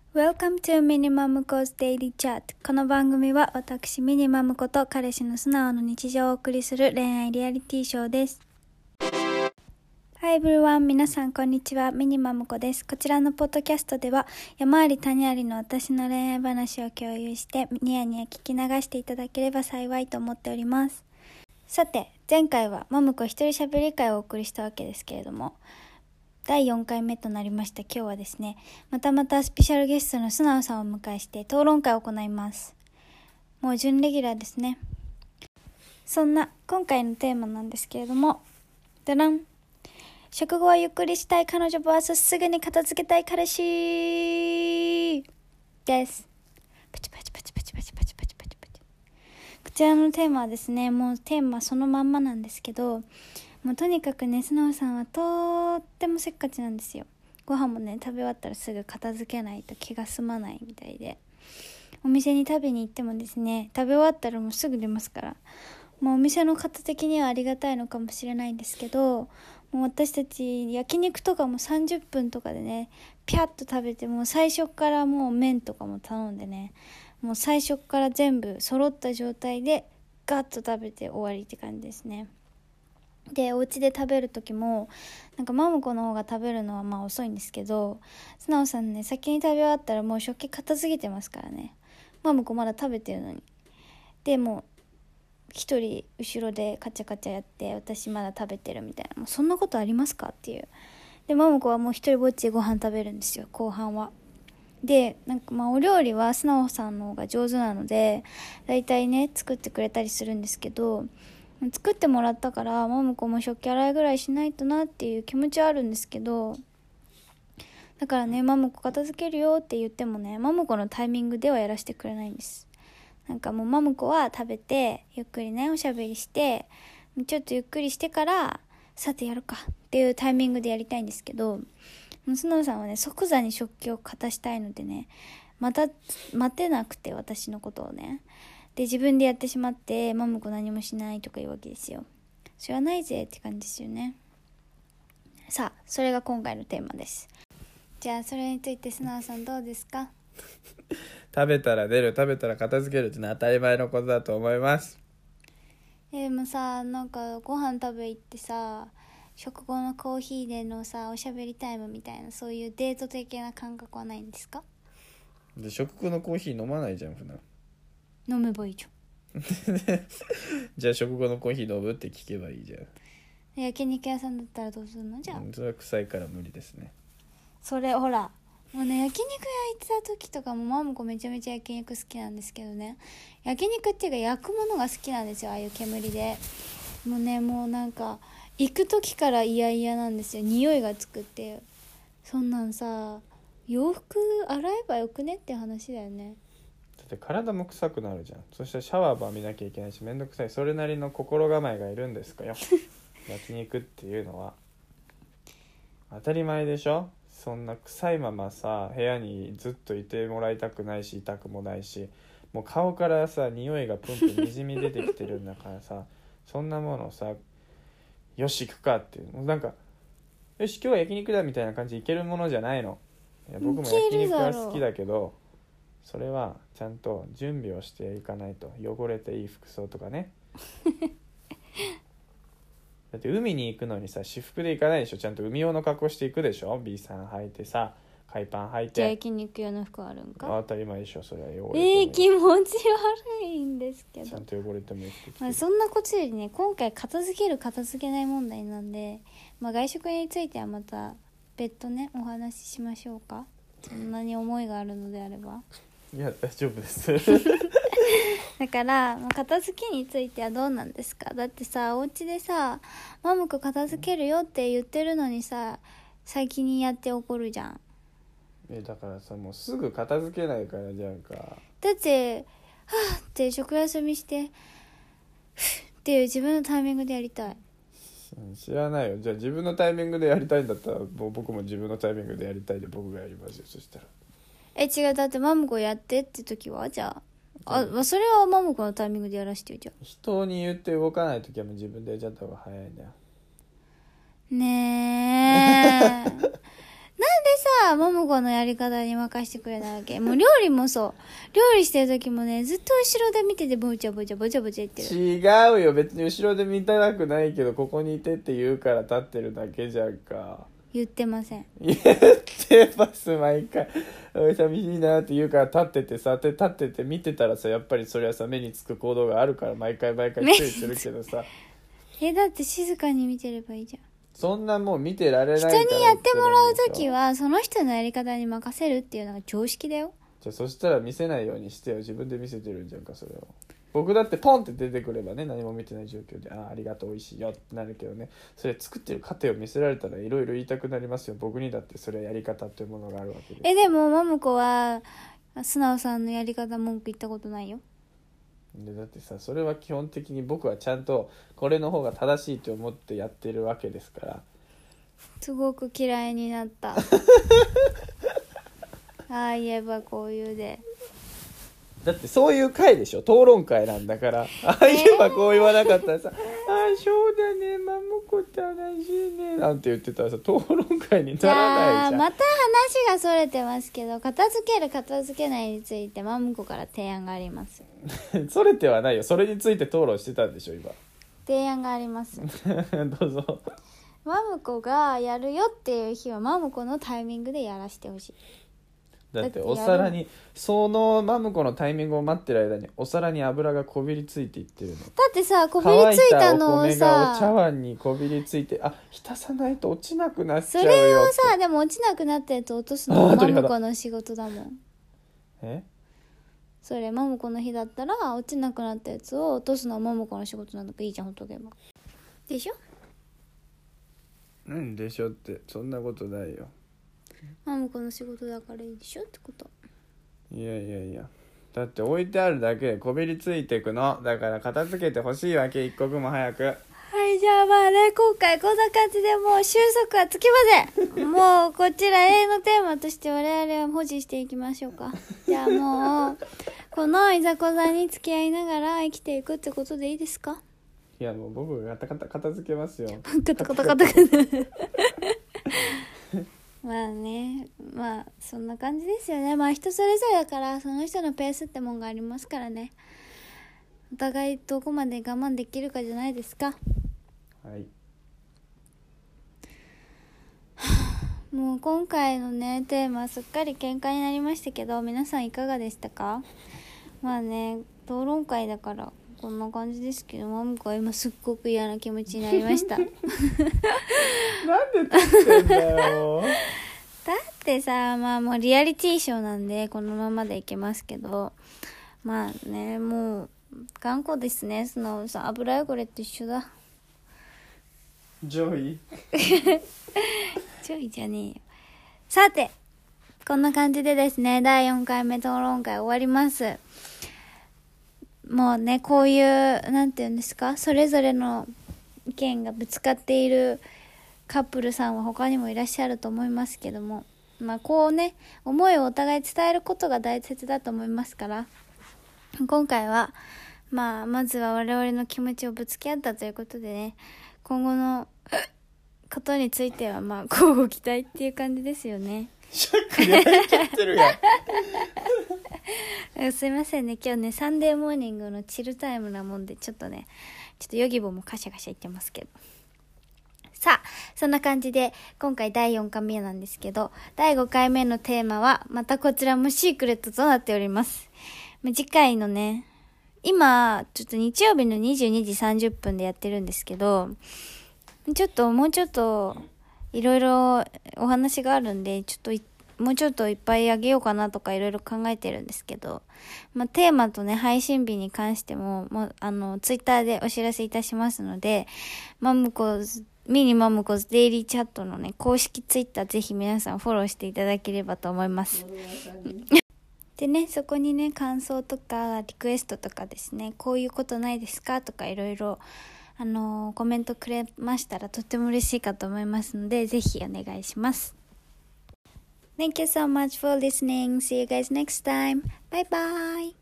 Welcome to ミニマムコ 's Daily Chat。 この番組は私ミニマムコと彼氏の素直な日常をお送りする恋愛リアリティショーです。Hi everyone、 皆さんこんにちは、ミニマムコです。こちらのポッドキャストでは山あり谷ありの私の恋愛話を共有してニヤニヤ聞き流していただければ幸いと思っております。さて、前回はマムコ一人喋り会をお送りしたわけですけれども、第4回目となりました今日はですね、またスペシャルゲストの素直さんをお迎えして討論会を行います。もう準レギュラーですね。そんな今回のテーマなんですけれども、ダラン、食後はゆっくりしたい彼女 vs すぐに片付けたい彼氏です。パチパチパチパチパチパチパチパチパチ。こちらのテーマはですね、もうテーマそのまんまなんですけど、もうとにかくね、素直さんはとってもせっかちなんですよ。ご飯もね、食べ終わったらすぐ片付けないと気が済まないみたいで、お店に食べに行ってもですね、食べ終わったらもうすぐ出ますから、もうお店の方的にはありがたいのかもしれないんですけど、もう私たち焼肉とかも30分とかでね、ピャッと食べて、もう最初からもう麺とかも頼んでね、もう最初から全部揃った状態でガッと食べて終わりって感じですね。で、お家で食べる時もなんかマムコの方が食べるのはまあ遅いんですけど、素直さんね、先に食べ終わったらもう食器片付けてますからね。マムコまだ食べてるのに。でも一人後ろでカチャカチャやって、私まだ食べてるみたいな、もうそんなことありますかっていう。で、マムコはもう一人ぼっちでご飯食べるんですよ、後半は。で、なんかお料理は素直さんの方が上手なので、だいたいね作ってくれたりするんですけど、作ってもらったからマムコも食器洗いぐらいしないとなっていう気持ちはあるんですけど、だからね、マムコ片付けるよって言ってもね、マムコのタイミングではやらせてくれないんです。なんかもうマムコは食べてゆっくりねおしゃべりして、ちょっとゆっくりしてからさてやるかっていうタイミングでやりたいんですけど、素直さんはね即座に食器を片したいのでね、また待てなくて、私のことをね、で自分でやってしまって、マムコ何もしないとか言うわけですよ。それはないぜって感じですよね。さあ、それが今回のテーマです。じゃあそれについて素直さんどうですか？ 食べたら出る、食べたら片付けるってのは当たり前のことだと思います。 でもさ、なんかご飯食べ行ってさ、食後のコーヒーでのさおしゃべりタイムみたいな、そういうデート的な感覚はないんですか？ で、食後のコーヒー飲まないじゃん普段。 飲めばいいじじゃあ食後のコーヒー飲むって聞けばいいじゃん。 ゃん。焼肉屋さんだったらどうするの？じゃあ、 それは臭いから無理ですね。 それほら、もうね、焼肉屋行ってた時とかもマムコめちゃめちゃ焼肉好きなんですけどね、焼肉っていうか焼くものが好きなんですよ、ああいう煙で。もうね、もうなんか行く時から嫌々なんですよ、匂いがつくっていう。そんなんさ、洋服洗えばよくねって話だよね。 だって体も臭くなるじゃん。そしたらシャワーも浴びなきゃいけないし、めんどくさい。それなりの心構えがいるんですかよ。焼肉っていうのは当たり前でしょ。そんな臭いままさ部屋にずっといてもらいたくないし、痛くもないし、もう顔からさ匂いがプンプンにじみ出てきてるんだからさ、そんなものさ、よし行くかっていう、もうなんかよし今日は焼肉だみたいな感じでいけるものじゃないの。いや僕も焼肉は好きだけど、それはちゃんと準備をしていかないと。汚れていい服装とかね。だって海に行くのにさ私服で行かないでしょ。ちゃんと海用の格好していくでしょ。 B さん履いてさ、海パン履いじゃあて。 焼肉屋の服あるんか？ 当たり前でしょ。それは汚れてもいい、 気持ち悪いんですけど、 ちゃんと汚れてもいい服着て、 そんなことよりね、今回片付ける片付けない問題なんで、外食についてはまた別途ねお話ししましょうか。そんなに思いがあるのであれば。 いや大丈夫ですだから、片付けについてはどうなんですか？だってさ、お家でさ、マムコ片付けるよって言ってるのにさ、先にやって怒るじゃん。 だからさ、もうすぐ片付けないからじゃんか。 だってはぁって食休みしてふっっていう自分のタイミングでやりたい。 知らないよ。じゃあ自分のタイミングでやりたいんだったら、もう僕も自分のタイミングでやりたいで僕がやりますよ。そしたら違う、だってマムコやってって時は、じゃあそれはマムコのタイミングでやらせてよ。じゃあ人に言って動かないときはもう自分でやっちゃった方が早いんだよねえさ、ももこのやり方に任せてくれたわけ。もう料理もそう。料理してる時もね、ずっと後ろで見ててぼちゃぼちゃ言ってる。 違うよ、別に後ろで見たくないけど、ここにいてって言うから立ってるだけじゃんか。 言ってません。 言ってます毎回。寂しいなって言うから立っててさ、立ってて見てたらさ、やっぱりそれはさ、目につく行動があるから毎回注意するけどさ。 だって静かに見てればいいじゃん。 そんなもう見てられないから。 人にやってもらうときはその人のやり方に任せるっていうのが常識だよ。 じゃあそしたら見せないようにしてよ。自分で見せてるんじゃんかそれを。僕だってポンって出てくればね、何も見てない状況でありがとう美味しいよってなるけどね、それ作ってる過程を見せられたらいろいろ言いたくなりますよ。僕にだってそれはやり方っていうものがあるわけで。 でもももこは素直さんのやり方文句言ったことないよ。 でだってさ、それは基本的に僕はちゃんとこれの方が正しいと思ってやってるわけですから。 すごく嫌いになったああ言えばこういうで。 だってそういう会でしょ、討論会なんだから。ああ言えばこう言わなかったらさ、そうだね、マモコって同じねなんて言ってたらさ、討論会にならないじゃん。 また話がそれてますけど、片付ける片付けないについてマムコから提案があります。 それてはないよ、それについて討論してたんでしょ今。 提案がありますどうぞ。 マムコがやるよっていう日はマムコのタイミングでやらせてほしい。 だってお皿にそのマムコのタイミングを待ってる間にお皿に油がこびりついていってるの。だってさ、こびりついたのをさ、 乾いたお米がお茶碗にこびりついて、浸さないと落ちなくなっちゃうよ。 それをさ、でも落ちなくなったやつ落とすのはマムコの仕事だもん。それマムコの日だったら落ちなくなったやつを落とすのはマムコの仕事なんだからいいじゃん、ほっとけば。でしょ。 なんでしょって、そんなことないよ。 マムコの仕事だからいいでしょってこと。 いやだって置いてあるだけでこびりついていくのだから片付けてほしいわけ、一刻も早く。 はい、じゃあまあね、今回こんな感じでもう収束はつきませんもうこちら永遠のテーマとして我々は保持していきましょうか。じゃあもうこのいざこざに付き合いながら生きていくってことでいいですか。 いやもう僕が片付けますよカタまあね、まあそんな感じですよね。まあ人それぞれだからその人のペースってもんがありますからね。お互いどこまで我慢できるかじゃないですか。 はい。 もう今回のねテーマすっかり喧嘩になりましたけど、皆さんいかがでしたか。まあね、討論会だからこんな感じですけど、マムコは今すっごく嫌な気持ちになりましたなんで撮ってんだよだってさ、まあもうリアリティショーなんでこのままでいけますけど、まあね、もう頑固ですね。そのさ、油汚れと一緒だ。 ジョイジョイじゃねえよ。さてこんな感じでですね、第4回目討論会終わります。もうね、こういうなんていうんですか、それぞれの意見がぶつかっているカップルさんは他にもいらっしゃると思いますけども、まあこうね、思いをお互い伝えることが大切だと思いますから、今回はまずは我々の気持ちをぶつけ合ったということでね、今後のことについては交互期待っていう感じですよね。 シャックで切ってるやんすいませんね、今日ねサンデーモーニングのチルタイムなもんでちょっとヨギボーもカシャカシャ言ってますけど、さあそんな感じで今回第4回目なんですけど、第5回目のテーマはまたこちらもシークレットとなっております。次回のね、今ちょっと日曜日の22時30分でやってるんですけど、もうちょっといろいろお話があるんで、もうちょっといっぱいあげようかなとかいろいろ考えてるんですけど、テーマとね配信日に関してもツイッターでお知らせいたしますので、ミニマムコズデイリーチャットのね公式ツイッターぜひ皆さんフォローしていただければと思いますでね、そこにね感想とかリクエストとかですね、こういうことないですかとかいろいろコメントくれましたらとっても嬉しいかと思いますので、ぜひお願いします。Thank you so much for listening. See you guys next time. Bye bye.